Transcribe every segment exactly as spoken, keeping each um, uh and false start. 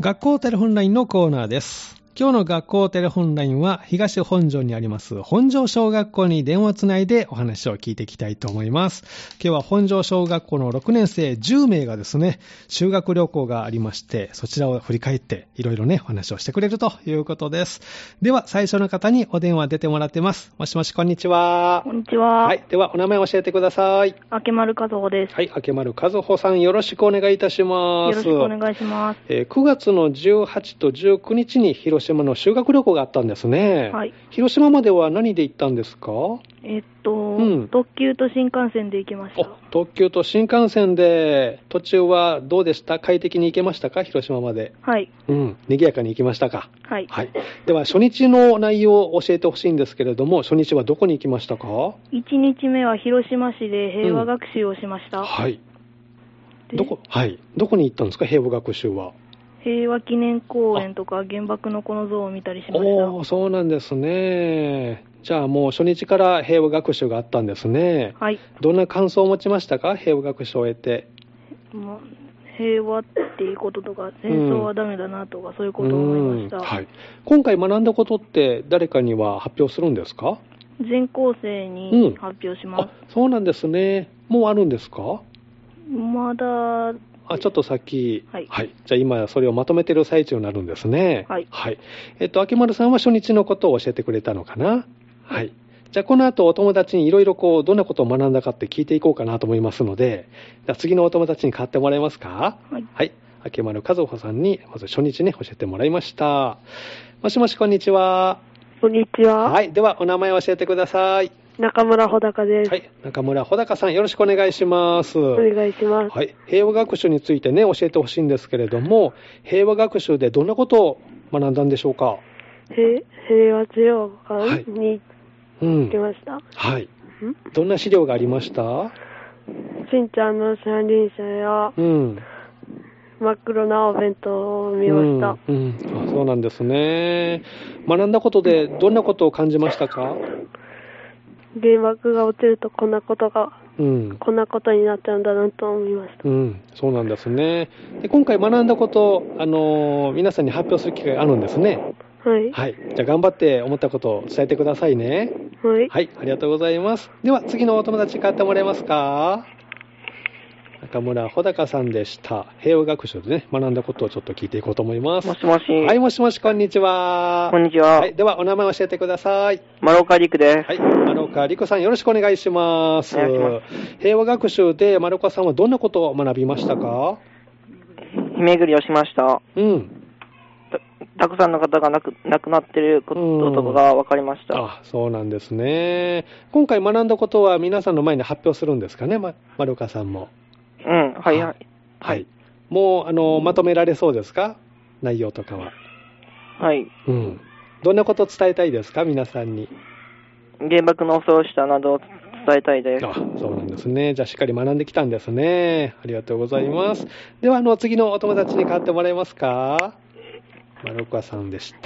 学校テレホンラインのコーナーです。今日の学校テレホンラインは東本庄にあります本庄小学校に電話つないでお話を聞いていきたいと思います。今日は本庄小学校のろくねん生じゅうめいがですね、修学旅行がありまして、そちらを振り返っていろいろねお話をしてくれるということです。では最初の方にお電話出てもらってます。もしもし、こんにちは。 こんにちは。 はい、ではお名前を教えてください。 明丸和穂です。 はい、明丸和穂さん、よろしくお願いいたします。 よろしくお願いします。 えー、くがつのじゅうはちとじゅうくにちに広島の修学旅行があったんですね。 はい。 広島までは何で行ったんですか？ えっと、 うん、 特急と新幹線で行きました。 特急と新幹線で、途中はどうでした？快適に行けましたか？広島まで。 はい。 うん、賑やかに行きましたか？ はい。 はい。では初日の内容を教えてほしいんですけれども、初日はどこに行きましたか？ いちにちめは広島市で平和学習をしました。 うん、はい。どこ、はい。どこに行ったんですか？平和学習は。 平和記念公園とか原爆のこの像を見たりしました。 おー、そうなんですね。じゃあもう初日から平和学習があったんですね。 はい。 どんな感想を持ちましたか？平和学習を終えて。 もう平和っていうこととか、戦争はダメだなとか、うん、そういうことを思いました。 はい。今回学んだことって誰かには発表するんですか？ 全校生に発表します。うん、 あ、そうなんですね。もうあるんですか？ まだ。 あ、ちょっと先、 はい。 はい。じゃあ今それをまとめている最中になるんですね。 はい。 はい。えっと、秋丸さんは初日のことを教えてくれたのかな？はい。じゃあこの後お友達にいろいろこう、どんなことを学んだかって聞いていこうかなと思いますので、じゃあ次のお友達に代わってもらえますか？ はい。 はい。秋丸和穂さんにまず初日ね、教えてもらいました。もしもし、こんにちは。 こんにちは。 はい。ではお名前を教えてください。 中村穂高です。 はい。中村穂高さん、よろしくお願いします。お願いします。 はい。平和学習についてね、教えてほしいんですけれども、平和学習でどんなことを学んだんでしょうか？ 平和資料館に行きました。 はい。はい、どんな資料がありました？ しんちゃんの三輪車や、うん、真っ黒なお弁当を見ました。 うんうん、あ、そうなんですね。学んだことでどんなことを感じましたか？ 原爆が落ちるとこんなことが、うん、こんなことになっちゃうんだなと思いました。 うん、そうなんですね。で、今回学んだことを、あのー、皆さんに発表する機会があるんですね。 はい。 はい。じゃあ頑張って思ったことを伝えてくださいね。 はい。 はい、ありがとうございます。では次のお友達に代わってもらえますか？中村穂高さんでした。平和学習でね、学んだことをちょっと聞いていこうと思います。 もしもし。 はい、もしもし、こんにちは。 こんにちは。 はい、ではお名前を教えてください。 丸岡陸です。 はい、丸岡陸さん、よろしくお願いします。お願いします。平和学習で丸岡さんはどんなことを学びましたか？ 日巡りをしました。 うん。 た, たくさんの方が亡く、亡くなっていることとかが分かりました。 あ、そうなんですね。今回学んだことは皆さんの前に発表するんですかね、ま、丸岡さんも。 うん、はいはい。 はい。もう、あの、まとめられそうですか？内容とかは。 はい。 うん。どんなことを伝えたいですか？皆さんに。 原爆の恐ろしさなどを伝えたいです。 あ、そうなんですね。じゃあしっかり学んできたんですね。ありがとうございます。では、あの、次のお友達に代わってもらえますか？丸岡さんでした。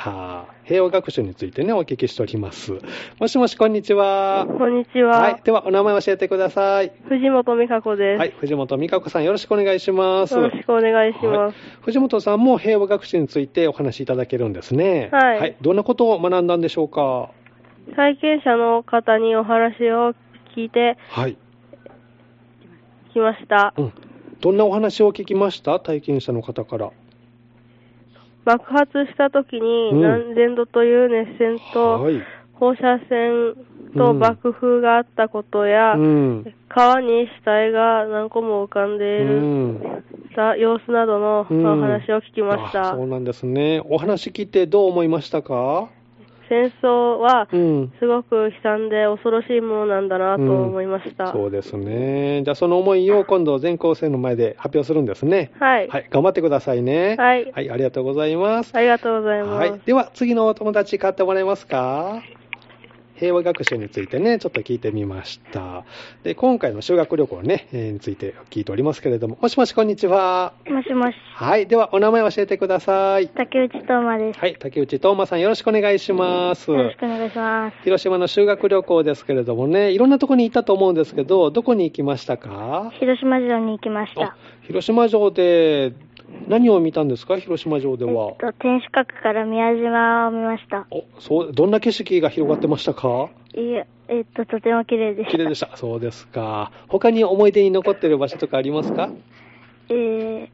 平和学習についてね、お聞きしております。もしもし、こんにちは。 こんにちは。 はい。では、お名前を教えてください。 藤本美香子です。 はい。藤本美香子さん、よろしくお願いします。 よろしくお願いします。はい、 藤本さんも平和学習についてお話しいただけるんですね。 はい。 はい。どんなことを学んだんでしょうか？ 体験者の方にお話を聞いて、はい。来ました。 うん。どんなお話を聞きました？体験者の方から。 爆発した時に何千度という熱線と放射線と爆風があったことや、うん、川に死体が何個も浮かんでいる様子などのお話を聞きました。 うん、そうなんですね。お話聞いてどう思いましたか？ 戦争はすごく悲惨で恐ろしいものなんだなと思いました。 うん、そうですね。じゃあその思いを今度全校生の前で発表するんですね。 はい。 はい。頑張ってくださいね。 はい。 はい。ありがとうございます。 ありがとうございます。 はい。では次のお友達買ってもらえますか？平和学習についてね、ちょっと聞いてみました。で、今回の修学旅行ね、えー、について聞いておりますけれども、もしもし、こんにちは。 もしもし。 はい。では、お名前を教えてください。 竹内東馬です。 はい。竹内東馬さん、よろしくお願いします。 よろしくお願いします。 広島の修学旅行ですけれどもね、いろんなところに行ったと思うんですけど、どこに行きましたか？ 広島城に行きました。 広島城で、 何を見たんですか、広島城では。 えっと、天守閣から宮島を見ました。 お、そう、どんな景色が広がってましたか？ いえ、えっと、とても綺麗でした。 綺麗でした。そうですか。他に思い出に残っている場所とかありますか？ えー、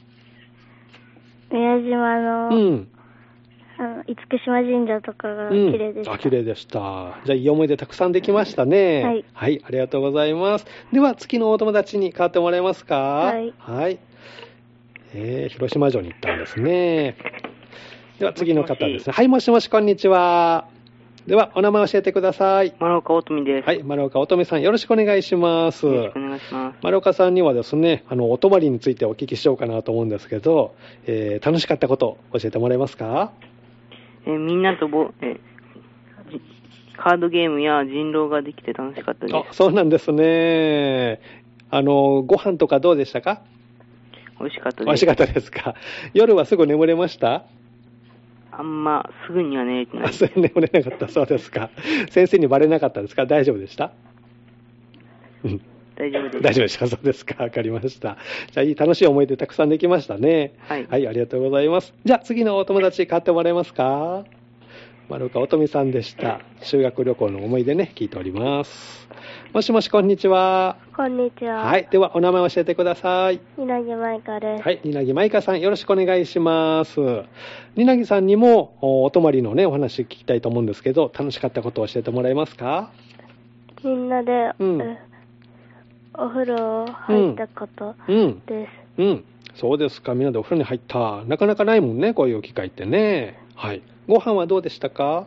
宮島の、うん、あの厳島神社とかが綺麗でした。 うん、あ、綺麗でした。じゃあ、いい思い出たくさんできましたね。 はい。 はい、ありがとうございます。では、次のお友達に代わってもらえますか？ はい。 はい。えー、広島城に行ったんですね。では、次の方ですね。はい、もしもし、こんにちは。では、お名前教えてください。 丸岡乙女です。 はい、丸岡乙女さん、よろしくお願いします。 よろしくお願いします。 丸岡さんにはですね、あの、お泊まりについてお聞きしようかなと思うんですけど、えー、楽しかったことを教えてもらえますか？ えー、みんなとぼ、えー、カードゲームや人狼ができて楽しかったです。 あ、そうなんですね。あの、ご飯とかどうでしたか？ 美味しかったです。 美味しかったですか？夜はすぐ眠れました？ あんますぐには寝れてない。 すぐ眠れなかった。そうですか。先生にバレなかったですか？大丈夫でした？うん。 大丈夫です。 大丈夫でした。そうですか。わかりました。じゃあ、いい楽しい思い出たくさんできましたね。 はい。 はい、ありがとうございます。じゃあ、次のお友達買ってもらえますか？丸岡乙女さんでした。修学旅行の思い出ね、聞いております。もしもし、こんにちは。 こんにちは。 はい。では、お名前教えてください。 稲木舞香です。 はい。稲木舞香さん、よろしくお願いします。稲木さんにもお、お泊まりのね、お話聞きたいと思うんですけど、楽しかったことを教えてもらえますか？ みんなで、うん、お風呂入ったことです。うん。 うん。うん、そうですか。みんなでお風呂に入った。なかなかないもんね、こういう機会ってね。はい。ご飯はどうでしたか？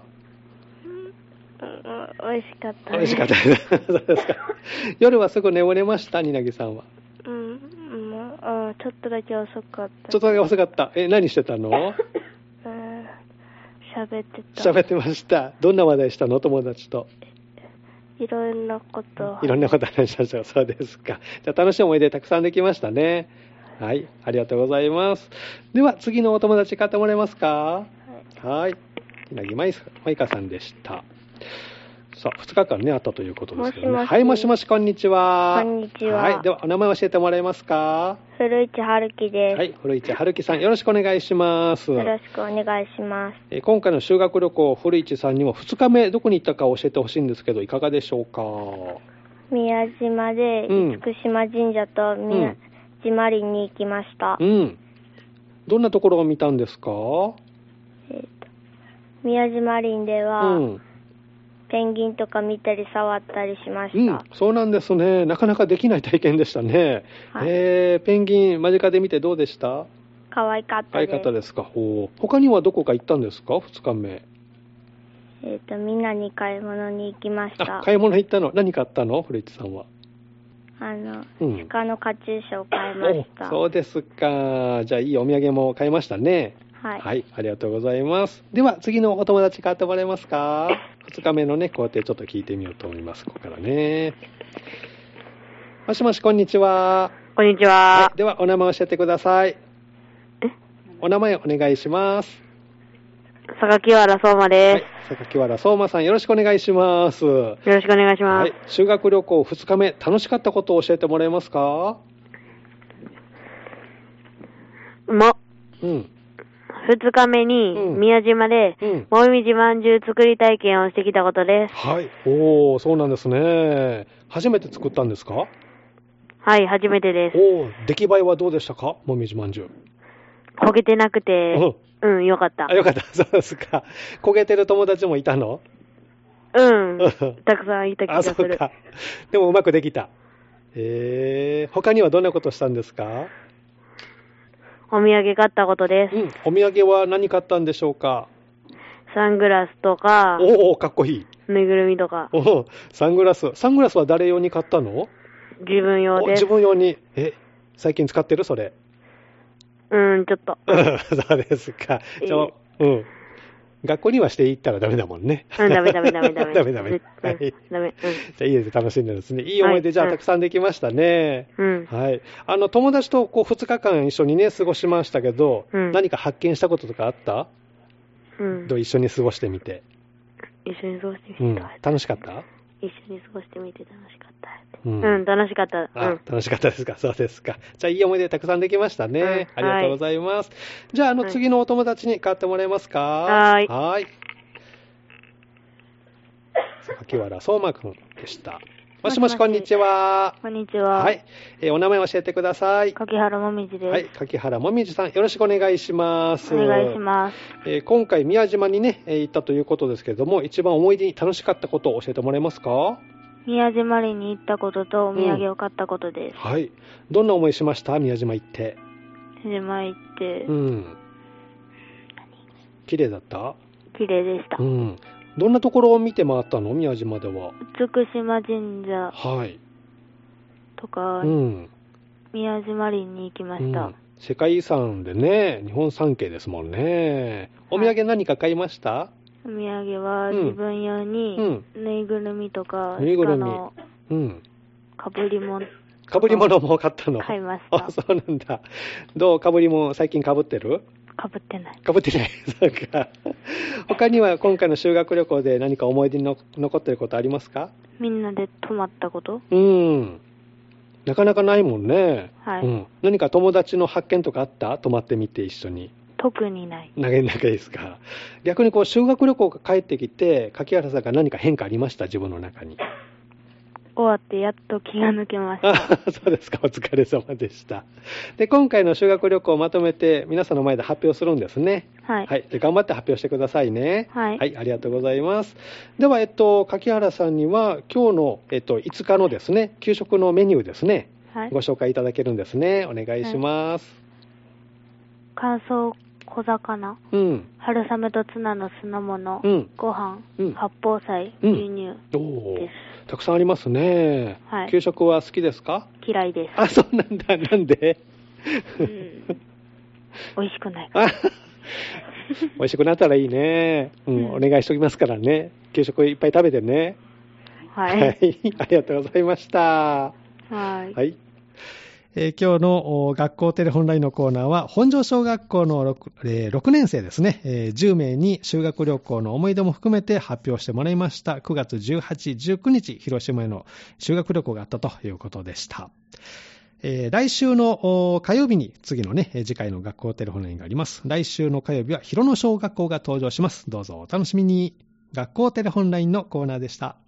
美味しかった、 ね。美味しかったです。そうですか。夜はすぐ眠れました、稲木さんは。 うん、あ、ちょっとだけ遅かった。 ちょっとだけ遅かった。え、何してたの？ うん、喋ってた。 喋ってました。どんな話題したの？友達と。 いろんなこと。 いろんなこと話しましょう。そうですか。じゃあ楽しい思い出たくさんできましたね。はい。ありがとうございます。では、次のお友達買ってもらえますか？はい。はい。稲木舞香さんでした。さあ、ふつかかんね、あったということですけどね。 もしもし。 はい、もしもし、こんにちは。 こんにちは。 はい。では、お名前教えてもらえますか？ 古市春樹です。 はい。古市春樹さん、よろしくお願いします。 よろしくお願いします。 え今回の修学旅行、古市さんにもふつかめ、どこに行ったか教えてほしいんですけど、いかがでしょうか？ 宮島で、厳島神社と宮島林に行きました。 うん。うん、どんなところを見たんですか？ えーと、宮島林では、うん、ペンギンとか見たり触ったりしました。 うん、そうなんですね。なかなかできない体験でしたね。はい、えー、ペンギン間近で見てどうでした？ 可愛かったです。 可愛かったですか。ほう。他にはどこか行ったんですか？ふつかめ。 えっと、みんなに買い物に行きました。 あ、買い物行ったの？何買ったの？古市さんは。 あの、うん、鹿のカチューシャを買いました。 そうですか。じゃあ、いいお土産も買いましたね。 はい。 はい、ありがとうございます。では、次のお友達買ってもらえますか？ふつかめのね、工程ちょっと聞いてみようと思います。ここからね。もしもし、こんにちは。 こんにちは。 はい、では、お名前教えてください。え？お名前お願いします。 榊原相馬です。 はい、榊原相馬さん、よろしくお願いします。よろしくお願いします。はい、 修学旅行ふつかめ、楽しかったことを教えてもらえますか？ も、 うん。 ふつかめに宮島で、もみじまんじゅう作り体験をしてきたことです。 はい。おー、そうなんですね。初めて作ったんですか？ はい、初めてです。 おー、出来栄えはどうでしたか？もみじまんじゅう。 焦げてなくて、うん、うん、よかった。 あ、よかった。そうですか。焦げてる友達もいたの？ うん。たくさんいた気がする。 あ、そうか。でもうまくできた。えー、他にはどんなことしたんですか？ お土産買ったことです。 うん。お土産は何買ったんでしょうか？ サングラスとか。 おお、かっこいい。 ぬいぐるみとか。 おお、サングラス。サングラスは誰用に買ったの？ 自分用です。 自分用に。え、最近使ってるそれ？ うん、ちょっと。 そうですか。ちょ、うん。学校にはしていったらダメだもんね。 うん、ダメダメダメダメ。 ダメダメ。はい。 ダメ。うん。じゃあいいです。楽しんでですね。いい思い出、じゃあたくさんできましたね。 うん。 はい。あの、友達とこうふつかかん一緒にね、過ごしましたけど、うん、何か発見したこととかあった？うん。どう一緒に過ごしてみて。 一緒に過ごしてみた。 うん。楽しかった？ 一緒に過ごしてみて楽しかった。 うん、うん、楽しかった。 あ、うん、楽しかったですか。そうですか。じゃあ、いい思い出たくさんできましたね。うん、ありがとうございます。はい、じゃあ、あの、次のお友達に代わってもらえますか。 はい。 はい。柿原相馬くんでした。もしもし、こんにちは。 こんにちは。 はい。えー、お名前教えてください。 柿原もみじです。 はい。柿原もみじさん、よろしくお願いします。 お願いします。 えー、今回、宮島にね、行ったということですけれども、一番思い出に楽しかったことを教えてもらえますか。 宮島に行ったこととお土産を買ったことです。 うん、はい。どんな思いしました？宮島行って。 宮島行って。 うん。綺麗だった？ 綺麗でした。 うん。どんなところを見て回ったの？宮島では。 厳島神社。 はい。 とか、 うん。 宮島林に行きました。うん、 世界遺産でね、日本三景ですもんね。お土産何か買いました？はい、 お土産は自分用にぬいぐるみとか、 ぬいぐるみ、 うん、かぶり物かぶり物も買ったの？ 買いました。 あ、そうなんだ。どう？かぶり物最近かぶってる？ かぶってない。 かぶってない。そうか。他には今回の修学旅行で何か思い出にの残ってることありますか？ みんなで泊まったこと？ うん。なかなかないもんね。 はい。 うん。何か友達の発見とかあった？泊まってみて一緒に。 特にない。 投げないですか。逆にこう修学旅行が帰ってきて、柿原さんが何か変化ありました？自分の中に。 終わってやっと気が抜けました。 そうですか。お疲れ様でした。で、今回の修学旅行をまとめて皆さんの前で発表するんですね。 はい。 はい。で、頑張って発表してくださいね。 はい。 はい。ありがとうございます。では、えっと、柿原さんには今日の、えっと、いつかのですね、給食のメニューですね。はい。ご紹介いただけるんですね。お願いします。 はい、乾燥小魚、 うん、 春雨とツナの酢の物、 うん、 ご飯、うん、八宝菜、 うん、 牛乳です。 たくさんありますね。 はい。 給食は好きですか？ 嫌いです。 あ、そうなんだ。なんで？ うん、美味しくないから。 美味しくなったらいいね。うん、うん、お願いしておきますからね。給食いっぱい食べてね。 はい。 はい。ありがとうございました。 はい。 はい。えー、今日の学校テレホンラインのコーナーは本庄小学校の 6,、えー、ろくねん生ですね、えー、じゅう名に修学旅行の思い出も含めて発表してもらいました。くがつじゅうはち、じゅうくにち広島への修学旅行があったということでした。えー、来週の火曜日に次のね次回の学校テレホンラインがあります。来週の火曜日は広野小学校が登場します。どうぞお楽しみに。学校テレホンラインのコーナーでした。